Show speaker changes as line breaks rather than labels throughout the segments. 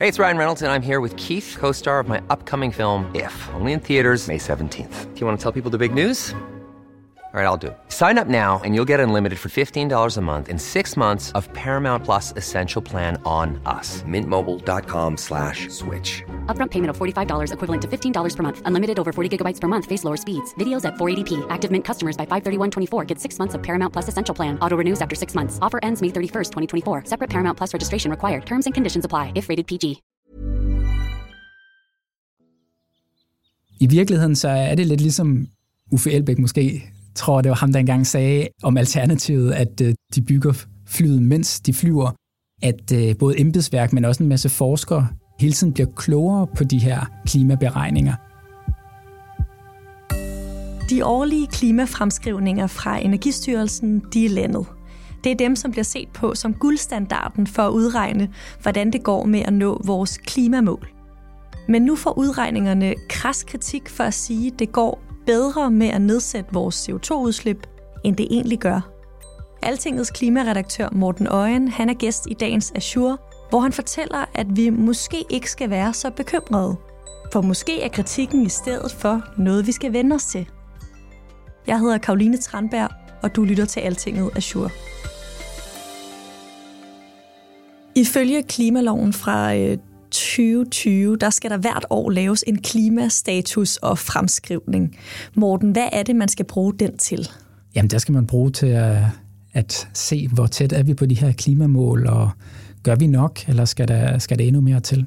Hey, it's Ryan Reynolds, and I'm here with Keith, co-star of my upcoming film, If, only in theaters May 17th. Do you want to tell people the big news? All right, I'll do it. Sign up now and you'll get unlimited for $15 a month and 6 months of Paramount Plus Essential Plan on us. Mintmobile.com/switch.
Upfront payment of $45 equivalent to $15 per month. Unlimited over 40 gigabytes per month. Face lower speeds. Videos at 480p. Active Mint customers by 531.24 get 6 months of Paramount Plus Essential Plan. Auto renews after 6 months. Offer ends May 31st, 2024. Separate Paramount Plus registration required. Terms and conditions apply if rated PG.
I virkeligheden så er det lidt ligesom Uffe Elbæk måske, tror det var ham, der engang sagde om alternativet, at de bygger flyet, mens de flyver, at både embedsværk, men også en masse forskere hele tiden bliver klogere på de her klimaberegninger.
De årlige klimafremskrivninger fra Energistyrelsen, de er landet. Det er dem, som bliver set på som guldstandarden for at udregne, hvordan det går med at nå vores klimamål. Men nu får udregningerne kras kritik for at sige, at det går bedre med at nedsætte vores CO2-udslip, end det egentlig gør. Altingets klimaredaktør Morten Øjen, han er gæst i dagens Azure, hvor han fortæller, at vi måske ikke skal være så bekymrede. For måske er kritikken i stedet for noget, vi skal vende os til. Jeg hedder Caroline Tranberg, og du lytter til Altinget Azure. Ifølge klimaloven fra 2020, der skal der hvert år laves en klimastatus og fremskrivning. Morten, hvad er det, man skal bruge den til?
Jamen, der skal man bruge til at se, hvor tæt er vi på de her klimamål, og gør vi nok, eller skal der endnu mere til?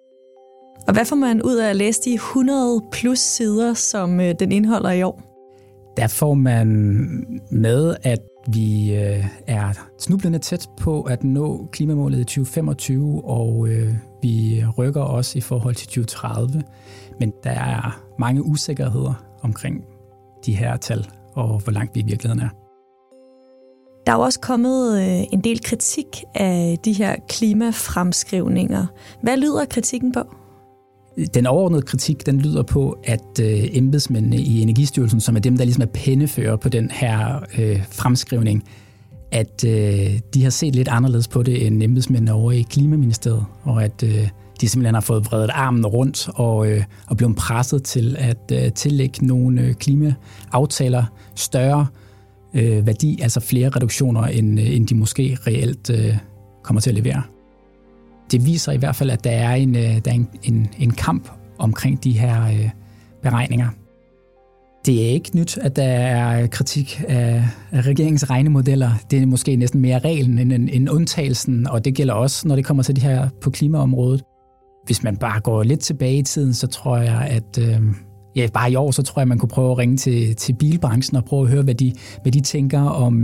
Og hvad får man ud af at læse de 100 plus sider, som den indeholder i år?
Der får man med, at vi er snublende tæt på at nå klimamålet i 2025, og vi rykker også i forhold til 2030. Men der er mange usikkerheder omkring de her tal, og hvor langt vi i virkeligheden er.
Der er også kommet en del kritik af de her klimafremskrivninger. Hvad lyder kritikken på?
Den overordnede kritik, den lyder på, at embedsmændene i Energistyrelsen, som er dem, der ligesom er pennefører på den her fremskrivning, at de har set lidt anderledes på det end embedsmændene over i Klimaministeriet, og at de simpelthen har fået vredet armen rundt og blevet presset til at tillægge nogle klimaaftaler større værdi, altså flere reduktioner, end de måske reelt kommer til at levere. Det viser i hvert fald, at der er en kamp omkring de her beregninger. Det er ikke nyt, at der er kritik af regeringens regnemodeller. Det er måske næsten mere reglen end undtagelsen, og det gælder også, når det kommer til det her på klimaområdet. Hvis man bare går lidt tilbage i tiden, så tror jeg, at bare i år, så tror jeg, man kunne prøve at ringe til bilbranchen og prøve at høre, hvad de tænker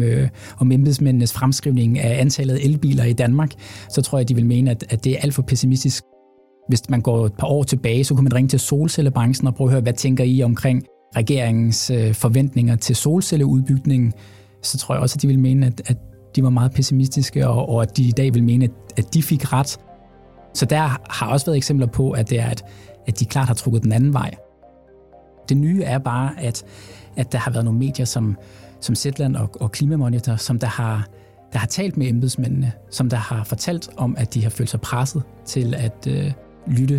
om embedsmændenes fremskrivning af antallet af elbiler i Danmark. Så tror jeg, de vil mene, at det er alt for pessimistisk. Hvis man går et par år tilbage, så kunne man ringe til solcellebranchen og prøve at høre, hvad tænker I omkring regeringens forventninger til solcelleudbygningen. Så tror jeg også, at de vil mene, at de var meget pessimistiske, og at de i dag vil mene, at de fik ret. Så der har også været eksempler på, at det er, at de klart har trukket den anden vej. Det nye er bare, at der har været nogle medier som Zetland og Klimamonitor, som der har talt med embedsmændene, som der har fortalt om, at de har følt sig presset til at lytte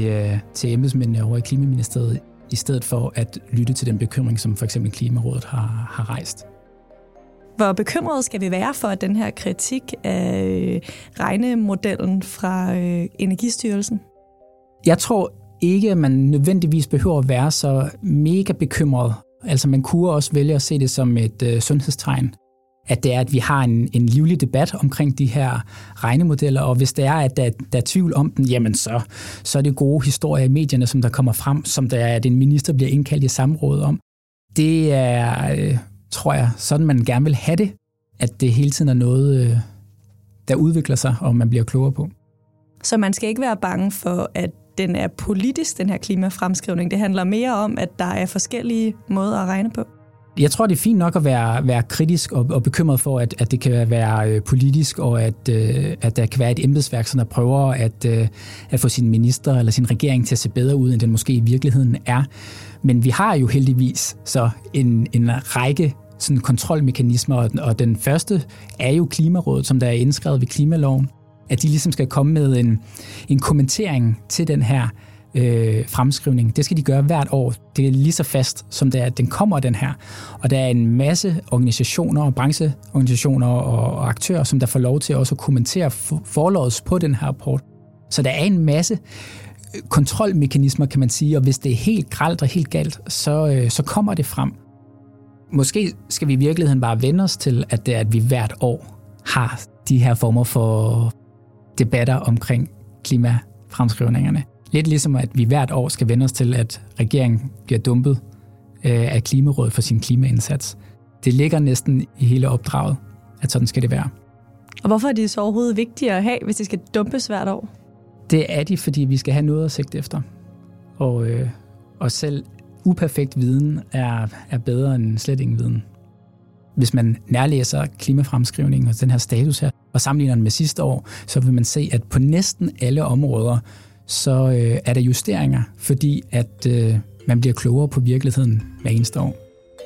til embedsmændene over i Klimaministeriet, i stedet for at lytte til den bekymring, som for eksempel Klimarådet har rejst.
Hvor bekymrede skal vi være for, at den her kritik af regnemodellen fra Energistyrelsen?
Jeg tror ikke, at man nødvendigvis behøver at være så mega bekymret. Altså man kunne også vælge at se det som et sundhedstegn. At det er, at vi har en livlig debat omkring de her regnemodeller, og hvis det er, at der er tvivl om den, jamen så er det gode historier i medierne, som der kommer frem, som der er, at en minister bliver indkaldt i samråd om. Det er, tror jeg, sådan man gerne vil have det, at det hele tiden er noget, der udvikler sig, og man bliver klogere på.
Så man skal ikke være bange for, at den er politisk, den her klimafremskrivning. Det handler mere om, at der er forskellige måder at regne på.
Jeg tror, det er fint nok at være kritisk og bekymret for, at det kan være politisk, og at der kan være et embedsværk, som der prøver at få sin minister eller sin regering til at se bedre ud, end den måske i virkeligheden er. Men vi har jo heldigvis så en række sådan kontrolmekanismer, og den første er jo Klimarådet, som der er indskrevet ved klimaloven, at de ligesom skal komme med en kommentering til den her fremskrivning. Det skal de gøre hvert år. Det er lige så fast, som det er, at den kommer, den her. Og der er en masse organisationer og brancheorganisationer og aktører, som der får lov til også at kommentere forlods på den her rapport. Så der er en masse kontrolmekanismer, kan man sige, og hvis det er helt grelt og helt galt, så kommer det frem. Måske skal vi i virkeligheden bare vende os til, at det er, at vi hvert år har de her former for debatter omkring klimafremskrivningerne. Lidt ligesom, at vi hvert år skal vende os til, at regeringen bliver dumpet af Klimarådet for sin klimaindsats. Det ligger næsten i hele opdraget, at sådan skal det være.
Og hvorfor er det så overhovedet vigtigt at have, hvis det skal dumpes hvert år?
Det er de, fordi vi skal have noget at sigte efter. Og selv uperfekt viden er bedre end slet ingen viden. Hvis man nærlæser klimafremskrivningen og den her status her, og sammenligner den med sidste år, så vil man se, at på næsten alle områder, så er der justeringer, fordi at man bliver klogere på virkeligheden hver eneste år.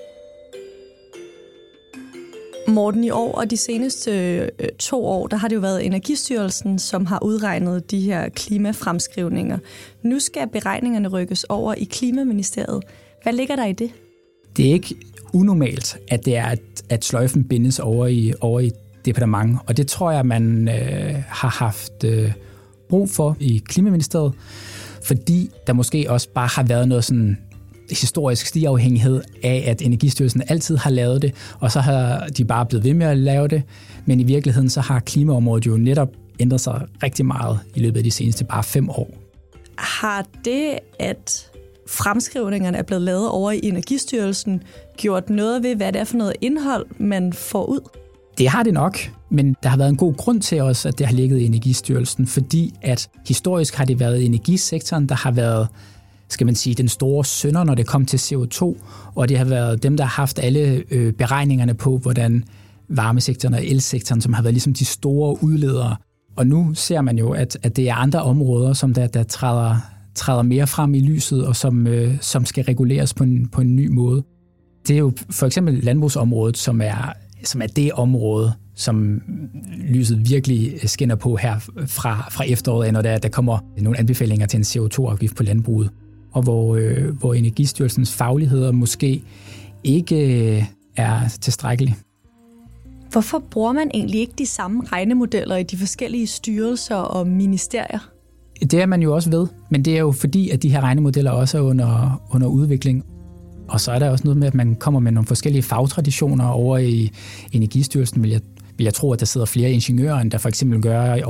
Morten, i år og de seneste 2 år, der har det jo været Energistyrelsen, som har udregnet de her klimafremskrivninger. Nu skal beregningerne rykkes over i Klimaministeriet. Hvad ligger der i det?
Det er ikke unormalt, at det er, at sløjfen bindes over i departement, og det tror jeg, man har haft brug for i Klimaministeriet, fordi der måske også bare har været noget sådan historisk stiafhængighed af, at Energistyrelsen altid har lavet det, og så har de bare blevet ved med at lave det. Men i virkeligheden så har klimaområdet jo netop ændret sig rigtig meget i løbet af de seneste bare 5 år.
Har det, at fremskrivningerne er blevet lavet over i Energistyrelsen, gjort noget ved, hvad det er for noget indhold, man får ud?
Det har det nok, men der har været en god grund til også, at det har ligget i Energistyrelsen, fordi at historisk har det været energisektoren, der har været, skal man sige, den store synder, når det kom til CO2, og det har været dem, der har haft alle beregningerne på, hvordan varmesektoren og elsektoren, som har været ligesom de store udledere. Og nu ser man jo, at det er andre områder, som der træder mere frem i lyset, og som skal reguleres på en ny måde. Det er jo for eksempel landbrugsområdet, som er det område, som lyset virkelig skinner på her fra efteråret, når der kommer nogle anbefalinger til en CO2-afgift på landbruget, og hvor Energistyrelsens fagligheder måske ikke er tilstrækkelige.
Hvorfor bruger man egentlig ikke de samme regnemodeller i de forskellige styrelser og ministerier?
Det er man jo også ved, men det er jo fordi, at de her regnemodeller også er under udvikling. Og så er der også noget med, at man kommer med nogle forskellige fagtraditioner over i Energistyrelsen. Vil jeg tro, at der sidder flere ingeniører, end der for eksempel gør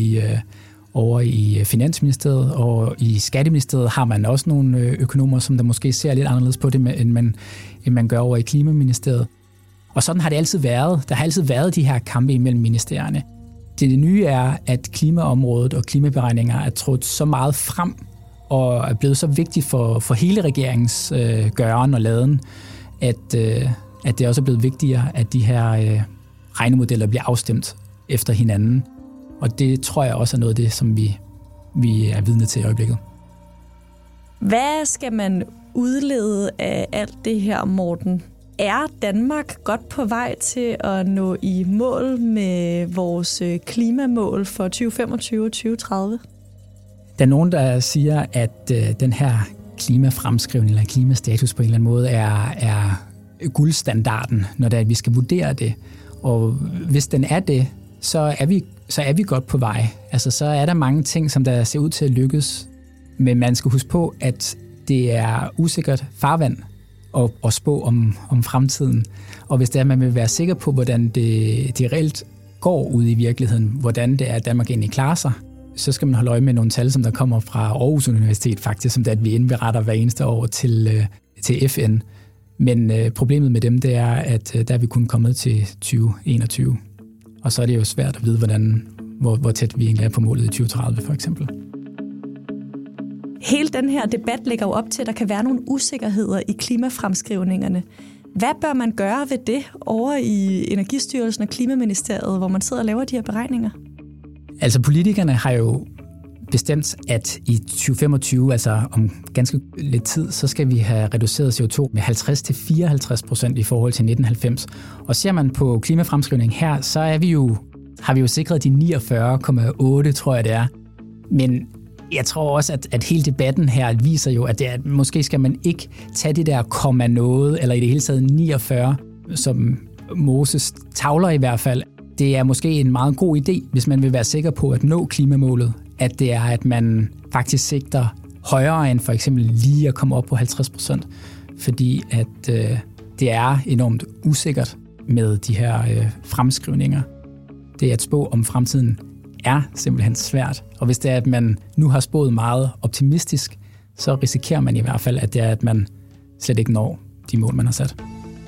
over i Finansministeriet. Og i Skatteministeriet har man også nogle økonomer, som der måske ser lidt anderledes på det, end man gør over i Klimaministeriet. Og sådan har det altid været. Der har altid været de her kampe imellem ministerierne. Det nye er, at klimaområdet og klimaberegninger er trådt så meget frem, og er blevet så vigtigt for hele regeringens gøren og laden, at det også er blevet vigtigere, at de her regnemodeller bliver afstemt efter hinanden. Og det tror jeg også er noget af det, som vi er vidne til i øjeblikket.
Hvad skal man udlede af alt det her, Morten? Er Danmark godt på vej til at nå i mål med vores klimamål for 2025 og 2030?
Der er nogen, der siger, at den her klimafremskrivning eller klimastatus på en eller anden måde er guldstandarden, når det er, at vi skal vurdere det. Og hvis den er det, så er vi godt på vej. Altså, så er der mange ting, som der ser ud til at lykkes. Men man skal huske på, at det er usikkert farvand at spå om fremtiden. Og hvis det er, at man vil være sikker på, hvordan det reelt går ud i virkeligheden, hvordan det er, at Danmark egentlig klarer sig, så skal man holde øje med nogle tal, som der kommer fra Aarhus Universitet faktisk, som det er, at vi indberetter hver eneste år til FN. Men problemet med dem, det er, at der er vi kun kommet til 2021. Og så er det jo svært at vide, hvor tæt vi egentlig er på målet i 2030 for eksempel.
Hele den her debat lægger jo op til, at der kan være nogle usikkerheder i klimafremskrivningerne. Hvad bør man gøre ved det over i Energistyrelsen og Klimaministeriet, hvor man sidder og laver de her beregninger? Altså
politikerne har jo bestemt, at i 2025, altså om ganske lidt tid, så skal vi have reduceret CO2 med 50-54% i forhold til 1990. Og ser man på klimafremskrivningen her, så er vi jo har vi jo sikret de 49,8, tror jeg det er. Men jeg tror også, at hele debatten her viser jo, at måske skal man ikke tage det der komma noget, eller i det hele taget 49, som Moses tavler i hvert fald. Det er måske en meget god idé, hvis man vil være sikker på at nå klimamålet, at det er, at man faktisk sigter højere end for eksempel lige at komme op på 50%, fordi at det er enormt usikkert med de her fremskrivninger. Det at spå om fremtiden er simpelthen svært, og hvis det er, at man nu har spået meget optimistisk, så risikerer man i hvert fald, at det er, at man slet ikke når de mål, man har sat.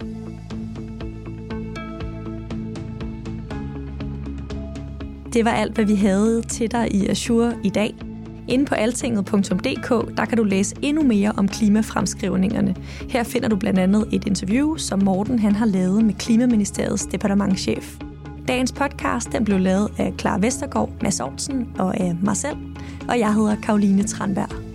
Det var alt, hvad vi havde til dig i Azure i dag. Inde på altinget.dk, der kan du læse endnu mere om klimafremskrivningerne. Her finder du blandt andet et interview, som Morten han har lavet med Klimaministeriets departementschef. Dagens podcast den blev lavet af Clara Vestergaard, Mads Aarhusen og af mig selv, og jeg hedder Caroline Tranberg.